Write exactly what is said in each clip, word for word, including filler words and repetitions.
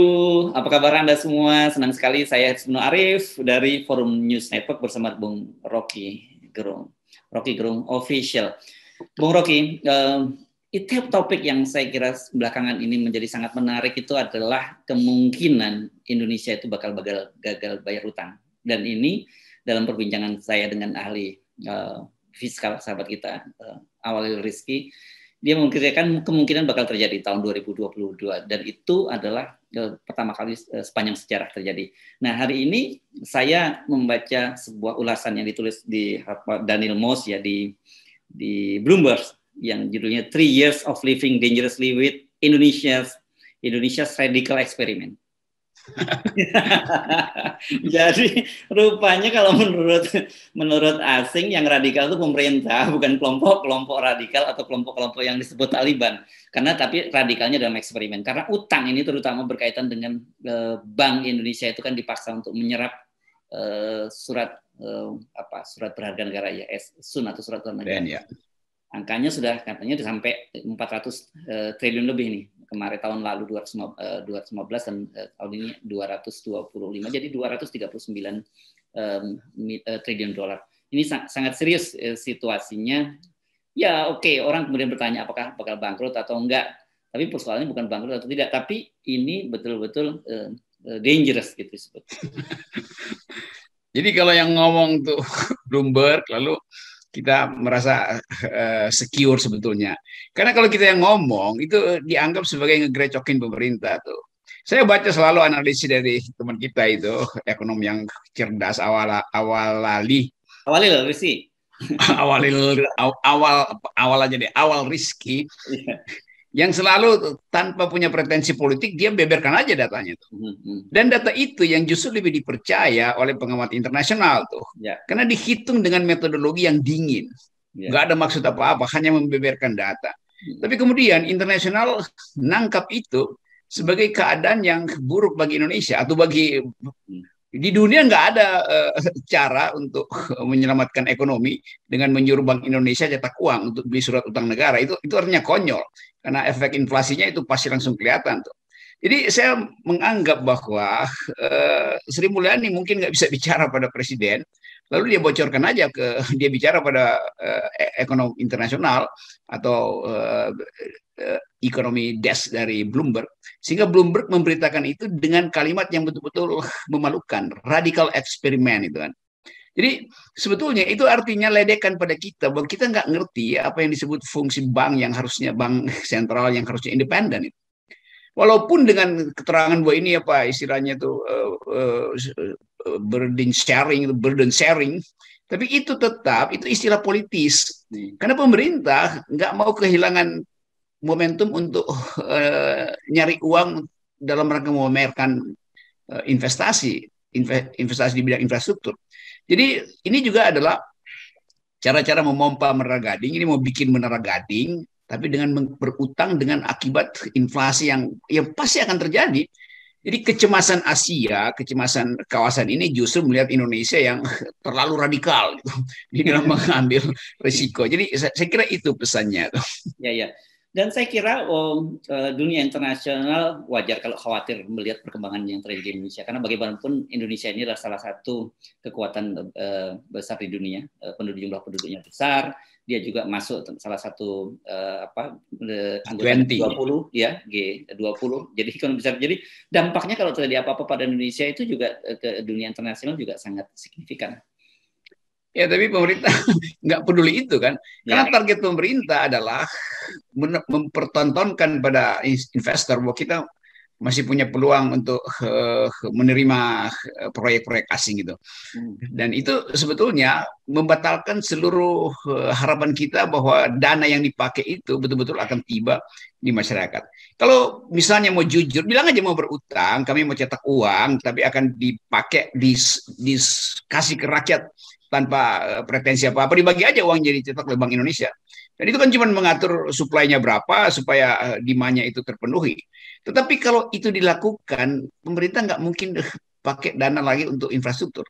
apa kabar Anda semua? Senang sekali saya Ibnu Arif dari Forum News Network bersama Bung Rocky Gerung, Rocky Gerung Official. Bung Rocky, uh, itu topik yang saya kira belakangan ini menjadi sangat menarik itu adalah kemungkinan Indonesia itu bakal gagal, gagal bayar utang. Dan ini dalam perbincangan saya dengan ahli uh, fiskal sahabat kita, uh, Awalil Rizky, dia memperkirakan kemungkinan bakal terjadi tahun dua ribu dua puluh dua dan itu adalah eh, pertama kali eh, sepanjang sejarah terjadi. Nah, hari ini saya membaca sebuah ulasan yang ditulis di Daniel Moss ya di di Bloomberg yang judulnya Three Years of Living Dangerously with Indonesia's Indonesia's Radical Experiment. Jadi rupanya kalau menurut menurut asing yang radikal itu pemerintah, bukan kelompok-kelompok radikal atau kelompok-kelompok yang disebut Taliban. Karena tapi radikalnya dalam eksperimen. Karena utang ini terutama berkaitan dengan eh, Bank Indonesia itu kan dipaksa untuk menyerap eh, surat eh, apa surat berharga negara ya, S U N atau surat berharga negara. Ya. Angkanya sudah katanya sampai empat ratus eh, triliun lebih nih. Kemarin tahun lalu dua ratus lima belas dan uh, tahun ini dua ratus dua puluh lima, jadi dua ratus tiga puluh sembilan um, uh, triliun dolar. Ini sang, sangat serius uh, situasinya. Ya oke, okay, orang kemudian bertanya apakah bakal bangkrut atau enggak. Tapi persoalannya bukan bangkrut atau tidak, tapi ini betul-betul uh, uh, dangerous gitu disebut. Jadi kalau yang ngomong tuh Bloomberg lalu kita merasa uh, secure sebetulnya. Karena kalau kita yang ngomong, itu dianggap sebagai ngegrecokin pemerintah tuh. Saya baca selalu analisis dari teman kita itu, ekonom yang cerdas, awal awal lali. Awalil Rizky. Awalil, awal, awal aja deh, awal Rizky. Yang selalu tanpa punya pretensi politik, dia beberkan aja datanya tuh. Dan data itu yang justru lebih dipercaya oleh pengamat internasional tuh. Ya. Karena dihitung dengan metodologi yang dingin. Ya. Nggak ada maksud apa-apa, hanya membeberkan data. Hmm. Tapi kemudian internasional nangkap itu sebagai keadaan yang buruk bagi Indonesia atau bagi di dunia nggak ada uh, cara untuk menyelamatkan ekonomi dengan menyuruh Bank Indonesia cetak uang untuk beli surat utang negara. Itu itu artinya konyol karena efek inflasinya itu pasti langsung kelihatan tuh. Jadi saya menganggap bahwa uh, Sri Mulyani mungkin nggak bisa bicara pada presiden, lalu dia bocorkan aja ke dia bicara pada uh, ekonomi internasional atau uh, uh, ekonomi desk dari Bloomberg, sehingga Bloomberg memberitakan itu dengan kalimat yang betul-betul memalukan, radical eksperimen itu kan. Jadi sebetulnya itu artinya ledekan pada kita bahwa kita nggak ngerti apa yang disebut fungsi bank yang harusnya bank sentral yang harusnya independen itu. Walaupun dengan keterangan bahwa ini apa istilahnya itu uh, uh, burden sharing, burden sharing, tapi itu tetap itu istilah politis. Karena pemerintah nggak mau kehilangan momentum untuk uh, nyari uang dalam rangka memamerkan uh, investasi, investasi di bidang infrastruktur. Jadi ini juga adalah cara-cara memompa Menara Gading. Ini mau bikin Menara Gading, tapi dengan berutang dengan akibat inflasi yang yang pasti akan terjadi. Jadi kecemasan Asia, kecemasan kawasan ini justru melihat Indonesia yang terlalu radikal gitu, di dalam mengambil risiko. Jadi saya, saya kira itu pesannya. Ya, ya. Dan saya kira oh, dunia internasional wajar kalau khawatir melihat perkembangan yang terjadi di Indonesia. Karena bagaimanapun Indonesia ini adalah salah satu kekuatan uh, besar di dunia. Uh, penduduk jumlah penduduknya besar. Dia juga masuk salah satu uh, apa uh, anggota G dua puluh ya, G dua puluh. Jadi kalau besar. Jadi dampaknya kalau terjadi apa-apa pada Indonesia itu juga uh, ke dunia internasional juga sangat signifikan. Ya, tapi pemerintah nggak peduli itu kan. Karena ya. Target pemerintah adalah mempertontonkan pada investor bahwa kita masih punya peluang untuk uh, menerima proyek-proyek asing gitu. Dan itu sebetulnya membatalkan seluruh uh, harapan kita bahwa dana yang dipakai itu betul-betul akan tiba di masyarakat. Kalau misalnya mau jujur, bilang aja mau berutang, kami mau cetak uang, tapi akan dipakai, dis, dikasih ke rakyat tanpa pretensi apa-apa, dibagi aja uang jadi cetak oleh Bank Indonesia. Dan itu kan cuma mengatur suplainya berapa supaya demand-nya itu terpenuhi. Tetapi kalau itu dilakukan, pemerintah nggak mungkin pakai dana lagi untuk infrastruktur.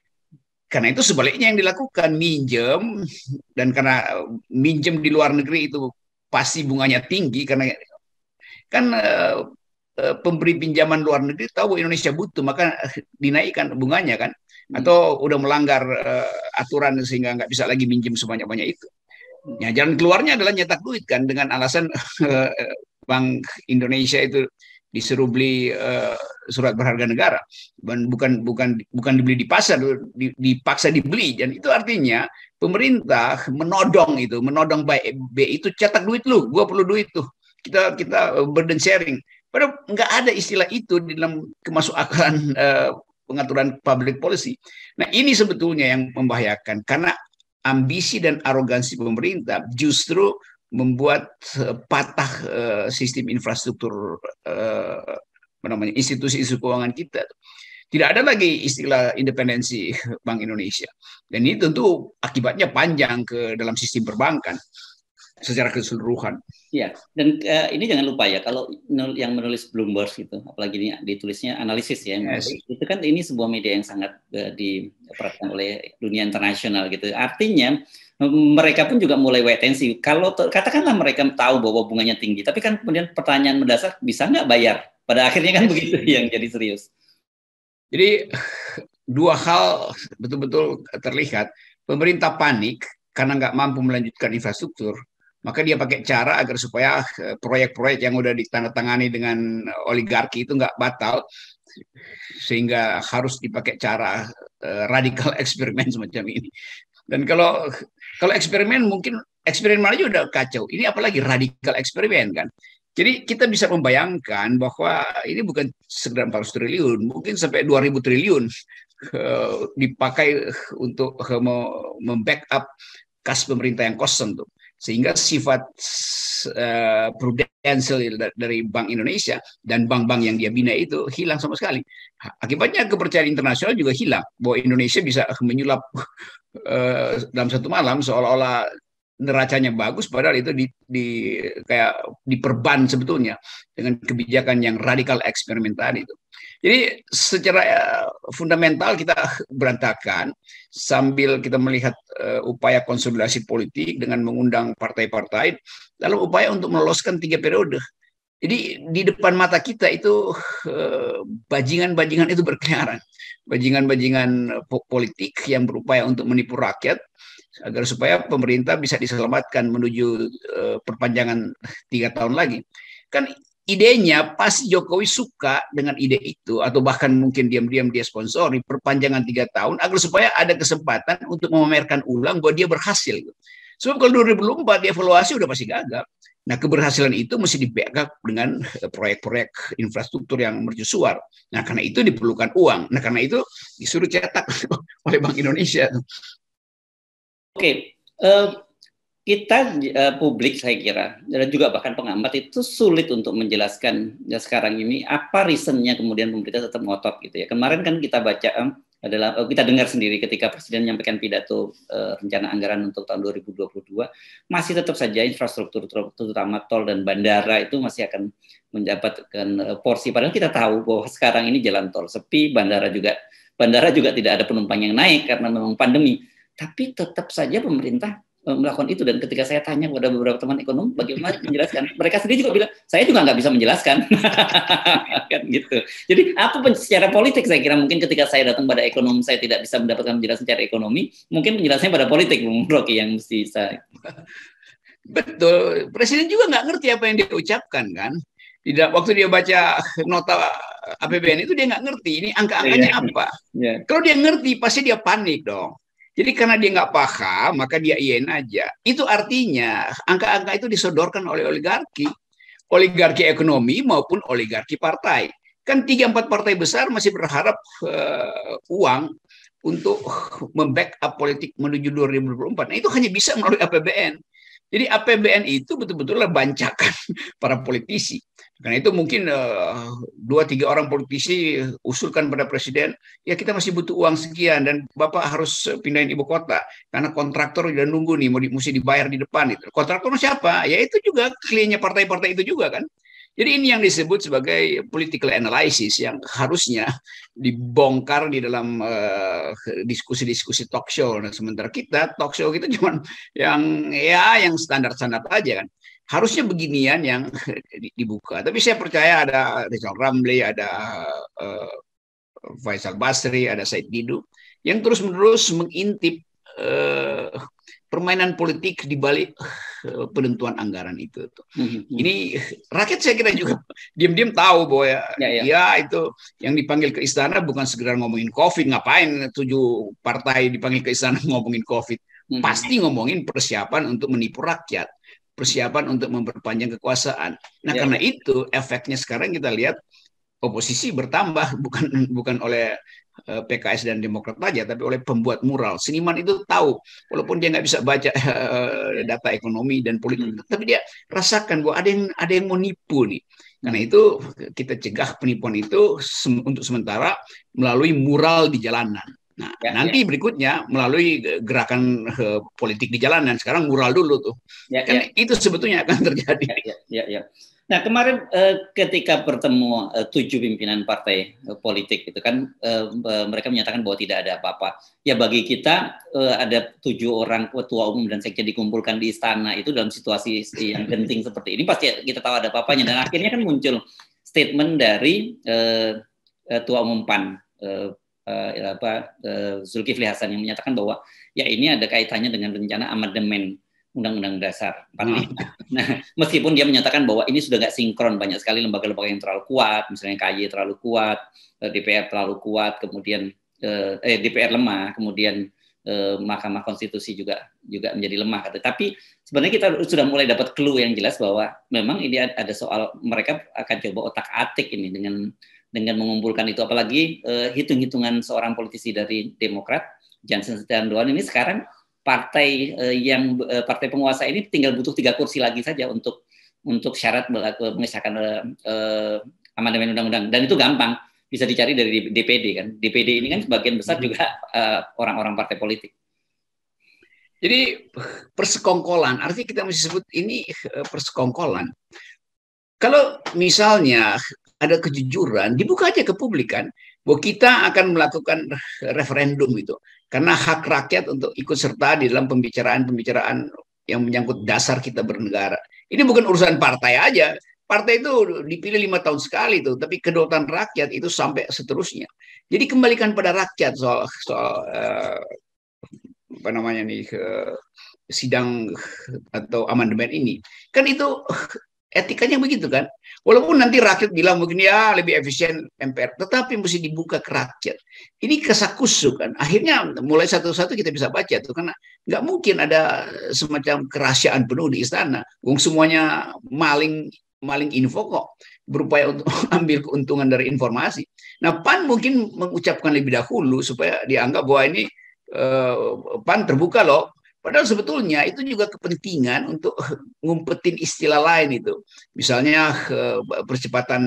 Karena itu sebaliknya yang dilakukan, minjem, dan karena minjem di luar negeri itu pasti bunganya tinggi, karena kan uh, pemberi pinjaman luar negeri tahu Indonesia butuh, maka dinaikkan bunganya kan, atau udah melanggar uh, aturan sehingga nggak bisa lagi minjem sebanyak-banyak itu. Ya, jalan keluarnya adalah nyetak duit kan, dengan alasan uh, Bank Indonesia itu disuruh beli uh, surat berharga negara, dan bukan bukan bukan dibeli di pasar, dipaksa dibeli, dan itu artinya pemerintah menodong itu, menodong B I itu, cetak duit lu, gua perlu duit tuh, kita kita burden sharing. Padahal nggak ada istilah itu di dalam kemasukakalan uh, pengaturan public policy. Nah ini sebetulnya yang membahayakan, karena ambisi dan arogansi pemerintah justru membuat uh, patah uh, sistem infrastruktur uh, apa namanya, institusi-institusi keuangan kita. Tidak ada lagi istilah independensi Bank Indonesia, dan ini tentu akibatnya panjang ke dalam sistem perbankan secara keseluruhan. Ya, dan uh, ini jangan lupa ya, kalau yang menulis Bloomberg itu, apalagi ini ditulisnya analisis ya, yes. Itu kan ini sebuah media yang sangat uh, diperhatikan oleh dunia internasional gitu. Artinya mereka pun juga mulai wait and see. Kalau katakanlah mereka tahu bahwa bunganya tinggi, tapi kan kemudian pertanyaan mendasar, bisa nggak bayar? Pada akhirnya kan begitu yang jadi serius. Jadi dua hal betul-betul terlihat. Pemerintah panik karena nggak mampu melanjutkan infrastruktur, maka dia pakai cara agar supaya proyek-proyek yang udah ditandatangani dengan oligarki itu nggak batal, sehingga harus dipakai cara uh, radikal eksperimen semacam ini. Dan kalau kalau eksperimen, mungkin eksperimen aja udah kacau, ini apalagi radikal eksperimen kan. Jadi kita bisa membayangkan bahwa ini bukan sekedar empat ratus triliun, mungkin sampai dua ribu triliun uh, dipakai untuk uh, membackup kas pemerintah yang kosong tuh. Sehingga sifat uh, prudensial dari Bank Indonesia dan bank-bank yang dia bina itu hilang sama sekali. Akibatnya kepercayaan internasional juga hilang, bahwa Indonesia bisa menyulap uh, dalam satu malam seolah-olah neracanya bagus, padahal itu di, di kayak diperban sebetulnya dengan kebijakan yang radikal eksperimen tadi itu. Jadi secara uh, fundamental kita berantakan, sambil kita melihat uh, upaya konsolidasi politik dengan mengundang partai-partai, lalu upaya untuk meloloskan tiga periode. Jadi di depan mata kita itu bajingan-bajingan uh, itu berkeliaran, bajingan-bajingan politik yang berupaya untuk menipu rakyat agar supaya pemerintah bisa diselamatkan menuju uh, perpanjangan tiga tahun lagi. Kan idenya pas Jokowi suka dengan ide itu, atau bahkan mungkin diam-diam dia sponsori perpanjangan tiga tahun agar supaya ada kesempatan untuk memamerkan ulang bahwa dia berhasil. Sebab kalau dua ribu empat dievaluasi udah pasti gagal. Nah keberhasilan itu mesti di-backup dengan proyek-proyek infrastruktur yang mercusuar. Nah karena itu diperlukan uang. Nah karena itu disuruh cetak oleh Bank Indonesia. Oke, uh, kita uh, publik saya kira, dan juga bahkan pengamat itu sulit untuk menjelaskan ya, sekarang ini apa reasonnya kemudian pemerintah tetap ngotot gitu ya. Kemarin kan kita baca um, adalah uh, kita dengar sendiri ketika Presiden menyampaikan pidato uh, rencana anggaran untuk tahun dua ribu dua puluh dua, masih tetap saja infrastruktur terutama tol dan bandara itu masih akan mendapatkan uh, porsi. Padahal kita tahu bahwa sekarang ini jalan tol sepi, bandara juga bandara juga tidak ada penumpang yang naik karena memang pandemi. Tapi tetap saja pemerintah melakukan itu, dan ketika saya tanya kepada beberapa teman ekonom bagaimana menjelaskan, mereka sendiri juga bilang saya juga nggak bisa menjelaskan. Kan gitu. Jadi apa secara politik saya kira mungkin ketika saya datang pada ekonom saya tidak bisa mendapatkan penjelasan secara ekonomi, mungkin penjelasannya pada politik, Bung Rocky, yang mesti saya. Betul, Presiden juga nggak ngerti apa yang dia ucapkan kan. Tidak, waktu dia baca nota A P B N itu dia nggak ngerti ini angka-angkanya yeah. apa. Yeah. Kalau dia ngerti pasti dia panik dong. Jadi karena dia nggak paham, maka dia iyain aja. Itu artinya angka-angka itu disodorkan oleh oligarki. Oligarki ekonomi maupun oligarki partai. Kan tiga empat partai besar masih berharap uh, uang untuk membackup politik menuju dua ribu dua puluh empat. Nah itu hanya bisa melalui A P B N. Jadi A P B N itu betul-betul bancakan para politisi. Karena itu mungkin uh, dua tiga orang politisi usulkan pada presiden, ya kita masih butuh uang sekian dan Bapak harus pindahin ibu kota karena kontraktor udah nunggu nih mau di, mesti dibayar di depan itu. Kontraktor siapa? Ya itu juga kliennya partai-partai itu juga kan. Jadi ini yang disebut sebagai political analysis yang harusnya dibongkar di dalam uh, diskusi-diskusi talk show. Nah, sementara kita talk show kita cuma yang ya yang standar-standar aja kan. harusnya beginian yang dibuka. Tapi saya percaya ada Rizal Ramli, ada uh, Faisal Basri, ada Said Didu yang terus-menerus mengintip uh, permainan politik di balik uh, penentuan anggaran itu. Mm-hmm. Ini rakyat saya kira juga diam-diam tahu bahwa ya, ya, ya. ya itu yang dipanggil ke istana bukan sekedar ngomongin COVID, ngapain tujuh partai dipanggil ke istana ngomongin COVID. Mm-hmm. Pasti ngomongin persiapan untuk menipu rakyat, persiapan untuk memperpanjang kekuasaan. Nah, ya, karena ya. itu efeknya sekarang kita lihat oposisi bertambah, bukan bukan oleh uh, P K S dan Demokrat saja, tapi oleh pembuat mural. Seniman itu tahu, walaupun dia nggak bisa baca uh, data ekonomi dan politik, hmm. tapi dia rasakan bahwa ada yang ada yang mau nipu nih. Karena itu kita cegah penipuan itu sem untuk sementara melalui mural di jalanan. Nah, ya, nanti ya. berikutnya melalui gerakan uh, politik di jalanan. Sekarang mural dulu tuh. Ya, kan ya. itu sebetulnya akan terjadi. Ya, ya, ya. Nah, kemarin eh, ketika bertemu eh, tujuh pimpinan partai eh, politik itu kan eh, mereka menyatakan bahwa tidak ada apa-apa. Ya, bagi kita eh, ada tujuh orang ketua umum dan sekjen dikumpulkan di istana itu dalam situasi yang genting seperti ini pasti kita tahu ada apa-apanya. Dan akhirnya kan muncul statement dari eh, ketua umum P A N eh, eh, apa eh, Zulkifli Hasan yang menyatakan bahwa ya ini ada kaitannya dengan rencana amandemen Undang-Undang Dasar empat puluh lima. Nah, meskipun dia menyatakan bahwa ini sudah nggak sinkron, banyak sekali lembaga-lembaga yang terlalu kuat, misalnya K Y terlalu kuat, D P R terlalu kuat, kemudian eh, D P R lemah, kemudian eh, Mahkamah Konstitusi juga juga menjadi lemah. Tapi sebenarnya kita sudah mulai dapat clue yang jelas bahwa memang ini ada soal mereka akan coba otak-atik ini dengan dengan mengumpulkan itu, apalagi eh, hitung-hitungan seorang politisi dari Demokrat, Jansen Setiawan ini sekarang partai eh, yang eh, partai penguasa ini tinggal butuh tiga kursi lagi saja untuk untuk syarat mengesahkan eh, eh, amandemen undang-undang, dan itu gampang, bisa dicari dari D P D kan. D P D ini kan sebagian besar juga orang-orang eh, partai politik. Jadi persekongkolan, artinya kita mesti sebut ini persekongkolan. Kalau misalnya ada kejujuran, dibuka aja ke publik kan, bahwa kita akan melakukan referendum itu. Karena hak rakyat untuk ikut serta di dalam pembicaraan-pembicaraan yang menyangkut dasar kita bernegara. Ini bukan urusan partai aja. Partai itu dipilih lima tahun sekali tuh, tapi kedaulatan rakyat itu sampai seterusnya. Jadi kembalikan pada rakyat soal soal uh, apa namanya nih uh, sidang atau amandemen ini. Kan itu etikanya begitu kan. Walaupun nanti rakyat bilang mungkin ya lebih efisien M P R, tetapi mesti dibuka ke rakyat. Ini kasakusuk kan. Akhirnya mulai satu-satu kita bisa baca tuh, karena nggak mungkin ada semacam kerahasiaan penuh di istana. Wong semuanya maling maling info kok, berupaya untuk ambil keuntungan dari informasi. Nah, P A N mungkin mengucapkan lebih dahulu supaya dianggap bahwa ini eh, P A N terbuka loh. Padahal sebetulnya itu juga kepentingan untuk ngumpetin istilah lain itu. Misalnya percepatan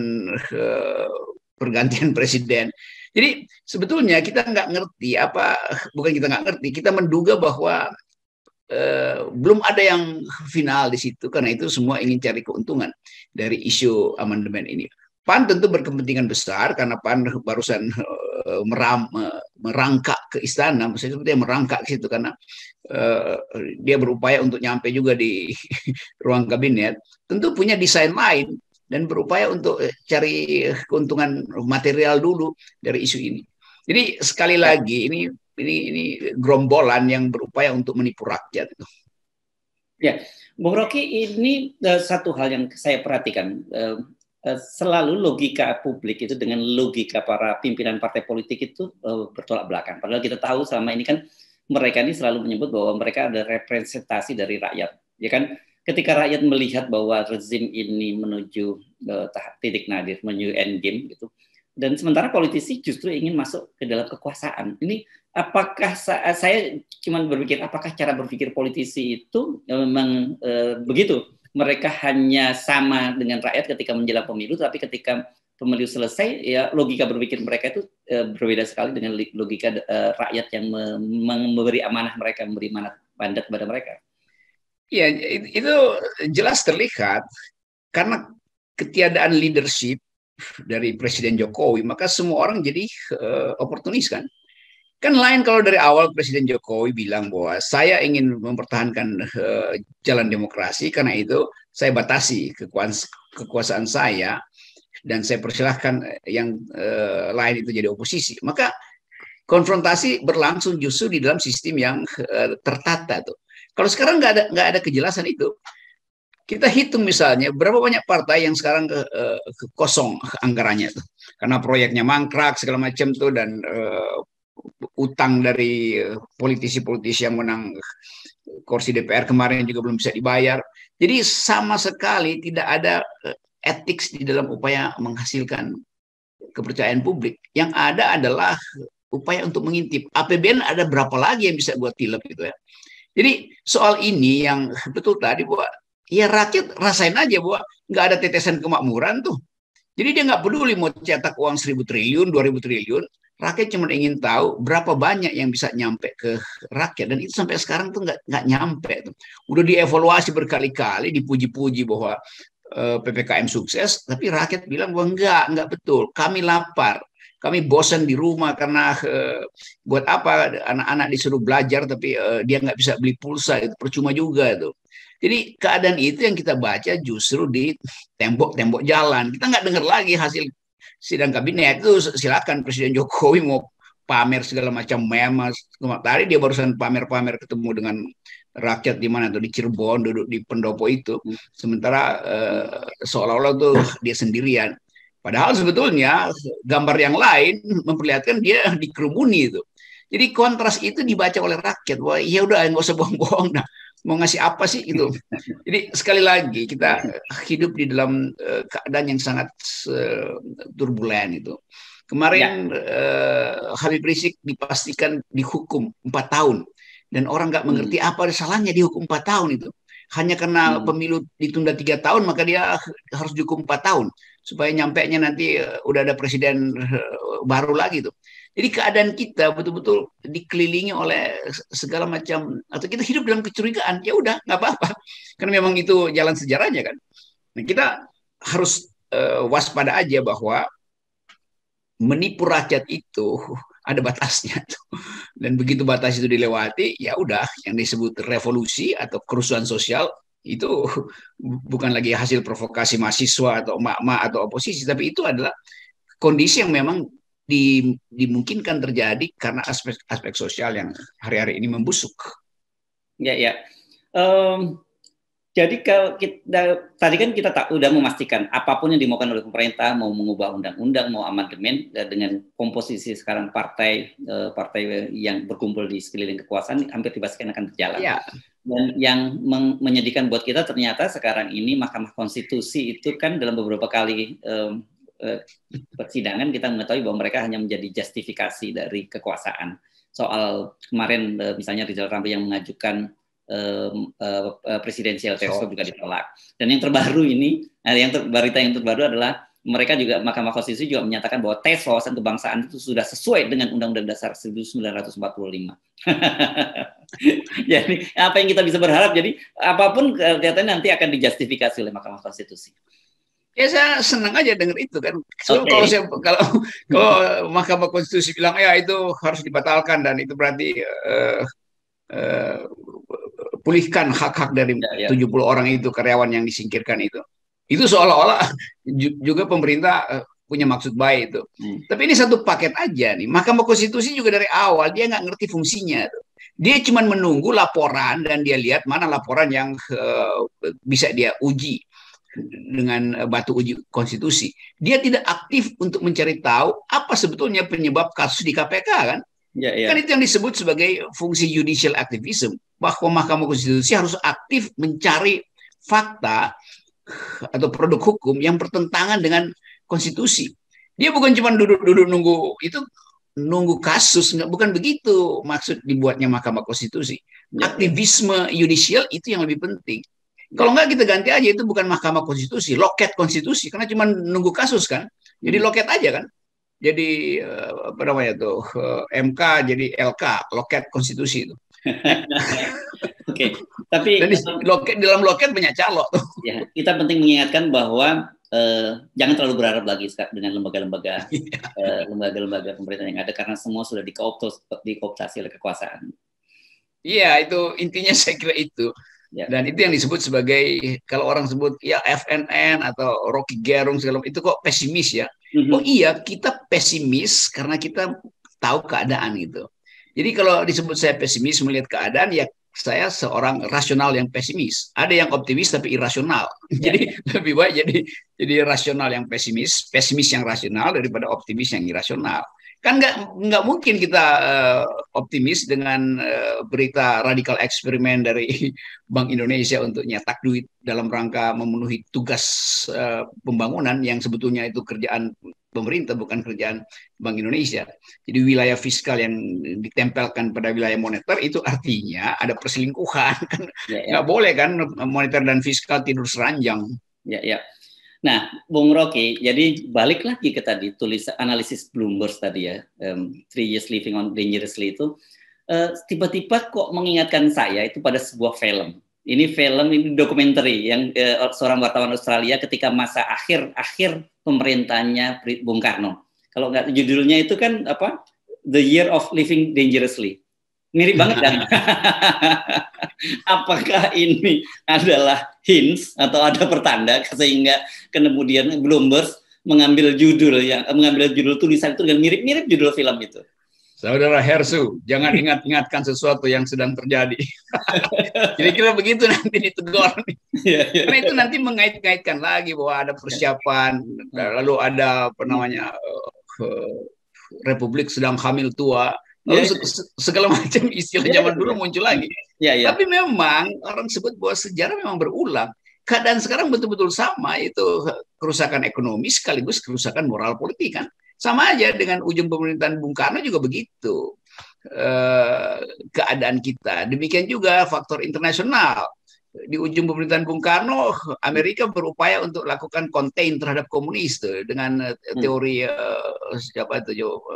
pergantian presiden. Jadi sebetulnya kita nggak ngerti apa, bukan kita nggak ngerti, kita menduga bahwa eh, belum ada yang final di situ, karena itu semua ingin cari keuntungan dari isu amandemen ini. P A N tentu berkepentingan besar karena P A N barusan uh, meram, uh, merangkak ke istana, maksudnya seperti merangkak ke situ karena uh, dia berupaya untuk nyampe juga di ruang kabinet. Tentu punya desain lain dan berupaya untuk cari keuntungan material dulu dari isu ini. Jadi sekali lagi ini ini ini gerombolan yang berupaya untuk menipu rakyat itu. Ya, Bung Rocky, ini uh, satu hal yang saya perhatikan. Uh, selalu logika publik itu dengan logika para pimpinan partai politik itu uh, bertolak belakang. Padahal kita tahu selama ini kan mereka ini selalu menyebut bahwa mereka ada representasi dari rakyat. Ya kan, ketika rakyat melihat bahwa rezim ini menuju uh, tahap titik nadir, menuju endgame gitu, dan sementara politisi justru ingin masuk ke dalam kekuasaan. Ini apakah saya cuma berpikir apakah cara berpikir politisi itu memang uh, begitu? Mereka hanya sama dengan rakyat ketika menjelang pemilu, tapi ketika pemilu selesai, ya logika berpikir mereka itu e, berbeda sekali dengan logika e, rakyat yang me, memberi amanah mereka, memberi mandat kepada mereka. Ya, itu jelas terlihat karena ketiadaan leadership dari Presiden Jokowi, maka semua orang jadi e, oportunis kan. Kan lain kalau dari awal Presiden Jokowi bilang bahwa saya ingin mempertahankan uh, jalan demokrasi, karena itu saya batasi kekuasaan, kekuasaan saya dan saya persilahkan yang uh, lain itu jadi oposisi. Maka konfrontasi berlangsung justru di dalam sistem yang uh, tertata tuh. Kalau sekarang nggak ada nggak ada kejelasan itu, kita hitung misalnya berapa banyak partai yang sekarang uh, kosong anggarannya tuh, karena proyeknya mangkrak segala macam tuh dan uh, utang dari politisi-politisi yang menang kursi D P R kemarin juga belum bisa dibayar. Jadi sama sekali tidak ada etik di dalam upaya menghasilkan kepercayaan publik. Yang ada adalah upaya untuk mengintip. A P B N ada berapa lagi yang bisa buat tilep gitu ya. Jadi soal ini yang betul tadi bahwa ya rakyat rasain aja bahwa nggak ada tetesan kemakmuran tuh. Jadi dia nggak peduli mau cetak uang seribu triliun, dua ribu triliun. Rakyat cuma ingin tahu berapa banyak yang bisa nyampe ke rakyat, dan itu sampai sekarang tuh nggak nggak nyampe tuh. Udah dievaluasi berkali-kali, dipuji-puji bahwa uh, P P K M sukses, tapi rakyat bilang bahwa enggak, enggak betul. Kami lapar, kami bosan di rumah karena uh, buat apa anak-anak disuruh belajar tapi uh, dia nggak bisa beli pulsa, itu percuma juga tuh. Jadi keadaan itu yang kita baca justru di tembok-tembok jalan. Kita nggak dengar lagi hasil sidang kabinet. Itu silakan Presiden Jokowi mau pamer segala macam meme. Tadi dia barusan pamer-pamer ketemu dengan rakyat di mana tuh, di Cirebon, duduk di pendopo itu. Sementara eh, seolah-olah tuh dia sendirian. Padahal sebetulnya gambar yang lain memperlihatkan dia dikerumuni itu. Jadi kontras itu dibaca oleh rakyat. Wah, ya udah nggak usah bohong-bohong. Nah, mau ngasih apa sih itu? Jadi sekali lagi kita hidup di dalam uh, keadaan yang sangat uh, turbulen itu. Kemarin ya. uh, Habib Rizik dipastikan dihukum empat tahun dan orang nggak mengerti hmm. apa salahnya dihukum empat tahun itu. Hanya karena hmm. pemilu ditunda tiga tahun maka dia harus dihukum empat tahun supaya nyampainya nanti uh, udah ada presiden uh, baru lagi tuh. Jadi keadaan kita betul-betul dikelilingi oleh segala macam, atau kita hidup dalam kecurigaan, ya udah nggak apa-apa, karena memang itu jalan sejarahnya kan. Nah, kita harus uh, waspada aja bahwa menipu rakyat itu ada batasnya tuh. Dan begitu batas itu dilewati, ya udah yang disebut revolusi atau kerusuhan sosial itu bukan lagi hasil provokasi mahasiswa atau emak-emak atau oposisi, tapi itu adalah kondisi yang memang Di, dimungkinkan terjadi karena aspek-aspek sosial yang hari-hari ini membusuk. Ya, ya. Um, jadi kalau kita tadi kan kita tak udah memastikan apapun yang dimaukan oleh pemerintah, mau mengubah undang-undang, mau amandemen, dengan komposisi sekarang partai partai yang berkumpul di sekeliling kekuasaan hampir dipastikan akan berjalan. Ya. Dan yang menyedihkan buat kita ternyata sekarang ini Mahkamah Konstitusi itu kan dalam beberapa kali um, persidangan kita mengetahui bahwa mereka hanya menjadi justifikasi dari kekuasaan. Soal kemarin misalnya Rizal Ramli yang mengajukan um, uh, presidensial threshold juga ditolak. Dan yang terbaru ini, yang ter, berita yang terbaru adalah mereka juga Mahkamah Konstitusi juga menyatakan bahwa tes wawasan kebangsaan itu sudah sesuai dengan Undang-Undang Dasar seribu sembilan ratus empat puluh lima. Jadi apa yang kita bisa berharap? Jadi apapun kelihatannya nanti akan dijustifikasi oleh Mahkamah Konstitusi. Ya saya senang aja dengar itu kan. So, okay. Kalau saya kalau kalau Mahkamah Konstitusi bilang ya itu harus dibatalkan dan itu berarti uh, uh, pulihkan hak-hak dari ya, ya. tujuh puluh orang itu karyawan yang disingkirkan itu. Itu seolah-olah juga pemerintah uh, punya maksud baik itu. Hmm. Tapi ini satu paket aja nih. Mahkamah Konstitusi juga dari awal dia nggak ngerti fungsinya tuh. Dia cuma menunggu laporan dan dia lihat mana laporan yang uh, bisa dia uji dengan batu uji konstitusi. Dia tidak aktif untuk mencari tahu apa sebetulnya penyebab kasus di K P K kan? Ya, ya. Kan itu yang disebut sebagai fungsi judicial activism, bahwa Mahkamah Konstitusi harus aktif mencari fakta atau produk hukum yang bertentangan dengan konstitusi. Dia bukan cuma duduk-duduk nunggu itu nunggu kasus, nggak, bukan begitu maksud dibuatnya Mahkamah Konstitusi. Ya, aktivisme ya. Judicial itu yang lebih penting. Kalau enggak kita ganti aja itu bukan Mahkamah Konstitusi, loket konstitusi, karena cuma nunggu kasus kan. Jadi loket aja kan. Jadi apa namanya tuh M K jadi L K, loket konstitusi itu. Oke, okay. Tapi dan di loket, dalam loket banyak calok tuh. Ya, kita penting mengingatkan bahwa eh, jangan terlalu berharap lagi dengan lembaga-lembaga eh, lembaga-lembaga pemerintah yang ada karena semua sudah dikooptasi, dikooptasi oleh kekuasaan. Iya, itu intinya saya kira itu. Ya. Dan itu yang disebut sebagai, kalau orang sebut ya F N N atau Rocky Gerung segala itu kok pesimis ya. Mm-hmm. Oh iya, kita pesimis karena kita tahu keadaan gitu. Jadi kalau disebut saya pesimis melihat keadaan, ya saya seorang rasional yang pesimis. Ada yang optimis tapi irasional. Ya. Jadi lebih baik jadi jadi rasional yang pesimis, pesimis yang rasional daripada optimis yang irasional. Kan nggak nggak mungkin kita uh, optimis dengan uh, berita radikal eksperimen dari Bank Indonesia untuk nyetak duit dalam rangka memenuhi tugas uh, pembangunan yang sebetulnya itu kerjaan pemerintah, bukan kerjaan Bank Indonesia. Jadi wilayah fiskal yang ditempelkan pada wilayah moneter itu artinya ada perselingkuhan. Kan ya, ya. Nggak boleh kan moneter dan fiskal tidur seranjang. Ya, ya. Nah, Bung Rocky, jadi balik lagi ke tadi tulis analisis Bloomberg tadi ya, um, Three Years Living on Dangerously itu uh, tiba-tiba kok mengingatkan saya itu pada sebuah film. Ini film, ini dokumenter yang uh, seorang wartawan Australia ketika masa akhir akhir pemerintahnya Bung Karno. Kalau nggak judulnya itu kan apa? The Year of Living Dangerously. Mirip banget kan? Apakah ini adalah hints atau ada pertanda sehingga kemudian Bloomberg mengambil judul yang mengambil judul tulisan itu dengan mirip-mirip judul film itu? Saudara Hersu, jangan ingat-ingatkan sesuatu yang sedang terjadi. Kira-kira begitu nanti ditegur. Ya, ya. Karena itu nanti mengait-ngaitkan lagi bahwa ada persiapan, lalu ada apa namanya uh, Republik sedang hamil tua. Lalu ya, segala macam istilah ya, zaman dulu muncul lagi. Ya, ya. Tapi memang orang sebut bahwa sejarah memang berulang. Keadaan sekarang betul-betul sama, itu kerusakan ekonomi sekaligus kerusakan moral politik kan. Sama aja dengan ujung pemerintahan Bung Karno juga begitu. Eh, keadaan kita. Demikian juga faktor internasional. Di ujung pemerintahan Bung Karno, Amerika berupaya untuk lakukan contain terhadap komunis tuh, dengan teori uh, siapa itu jo,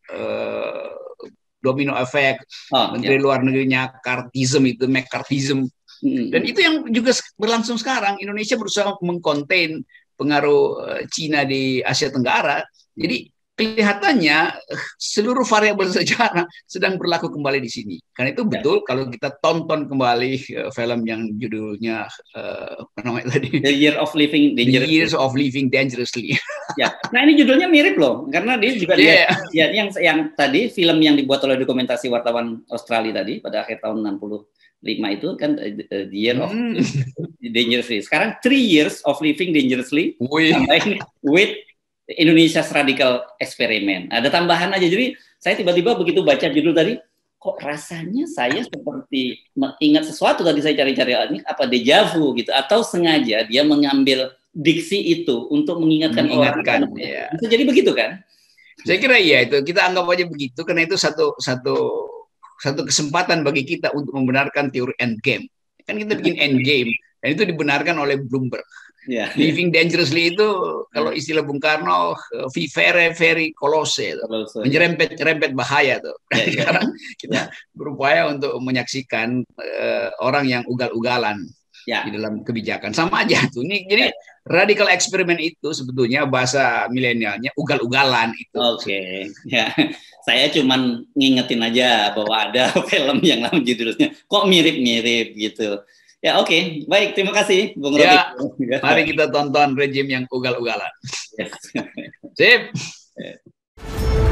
uh, domino effect, oh, menteri ya. Luar negerinya Kartism itu, McCarthyism. Hmm. Dan itu yang juga berlangsung sekarang. Indonesia berusaha mengkonten pengaruh Cina di Asia Tenggara. Jadi kelihatannya seluruh variabel sejarah sedang berlaku kembali di sini. Karena itu betul ya. Kalau kita tonton kembali uh, film yang judulnya uh, apa namanya tadi? The Year of Living Dangerously. The Years of Living Dangerously. Ya. Nah ini judulnya mirip loh, karena dia juga yeah. dia, ya, yang yang tadi film yang dibuat oleh dokumentasi wartawan Australia tadi pada akhir tahun enam puluh lima itu kan uh, The Year of hmm. Dangerously. Sekarang Three Years of Living Dangerously with Indonesia's Radical Experiment. Ada tambahan aja. Jadi saya tiba-tiba begitu baca judul tadi, kok rasanya saya seperti ingat sesuatu tadi saya cari-cari ini apa deja vu gitu, atau sengaja dia mengambil diksi itu untuk mengingatkan, mengingatkan orang. Ya. Bisa jadi begitu kan? Saya kira iya itu. Kita anggap aja begitu karena itu satu satu satu kesempatan bagi kita untuk membenarkan teori endgame. Kan kita bikin endgame dan itu dibenarkan oleh Bloomberg. Yeah. Living Dangerously itu kalau istilah Bung Karno very very close, menyerempet-nyerempet bahaya tuh. Yeah, yeah. Sekarang kita berupaya untuk menyaksikan uh, orang yang ugal-ugalan yeah. di dalam kebijakan. Sama aja tuh. Ini jadi radical eksperimen itu sebetulnya bahasa milenialnya ugal-ugalan itu. Oke. Okay. Ya. Saya cuman ngingetin aja bahwa ada film yang nama judulnya kok mirip-mirip gitu. Ya oke, okay. Baik, terima kasih Bung Rocky. Ya, mari kita tonton rejim yang ugal-ugalan. Yes. Sip.